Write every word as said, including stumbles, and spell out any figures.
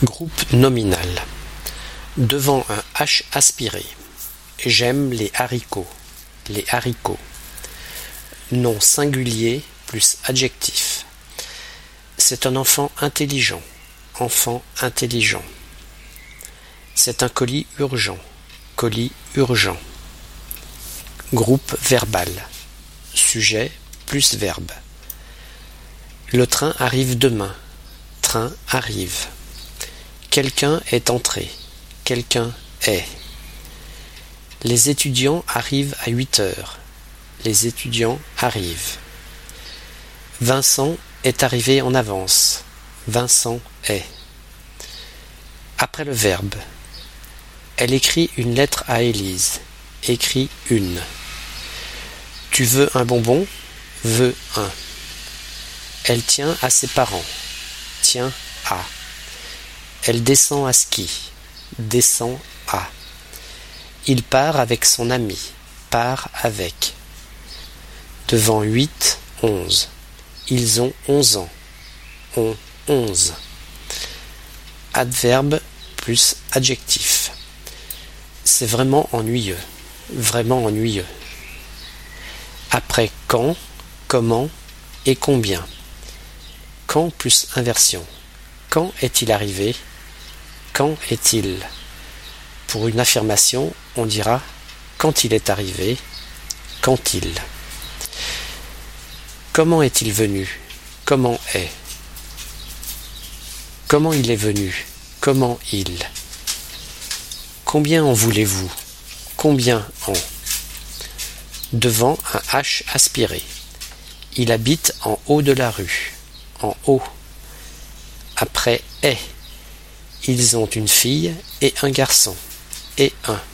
Groupe nominal. Devant un H aspiré. J'aime les haricots. Les haricots. Nom singulier plus adjectif. C'est un enfant intelligent. Enfant intelligent. C'est un colis urgent. Colis urgent. Groupe verbal. Sujet plus verbe. Le train arrive demain. Train arrive. Quelqu'un est entré. Quelqu'un est. Les étudiants arrivent à huit heures. Les étudiants arrivent. Vincent est arrivé en avance. Vincent est. Après le verbe. Elle écrit une lettre à Élise. Écrit une. Tu veux un bonbon? Veux un. Elle tient à ses parents. Tient à. Elle descend à ski. Descend à. Il part avec son ami. Part avec. Devant huit, onze. Ils ont onze ans. Ont onze. Adverbe plus adjectif. C'est vraiment ennuyeux. Vraiment ennuyeux. Après quand, comment et combien. Quand plus inversion. Quand est-il arrivé? Quand est-il? Pour une affirmation, on dira quand il est arrivé, quand il. Comment est-il venu? Comment est? Comment il est venu? Comment il? Combien en voulez-vous? Combien en? Devant un H aspiré. Il habite en haut de la rue. En haut. Après est. Ils ont une fille et un garçon. Et un.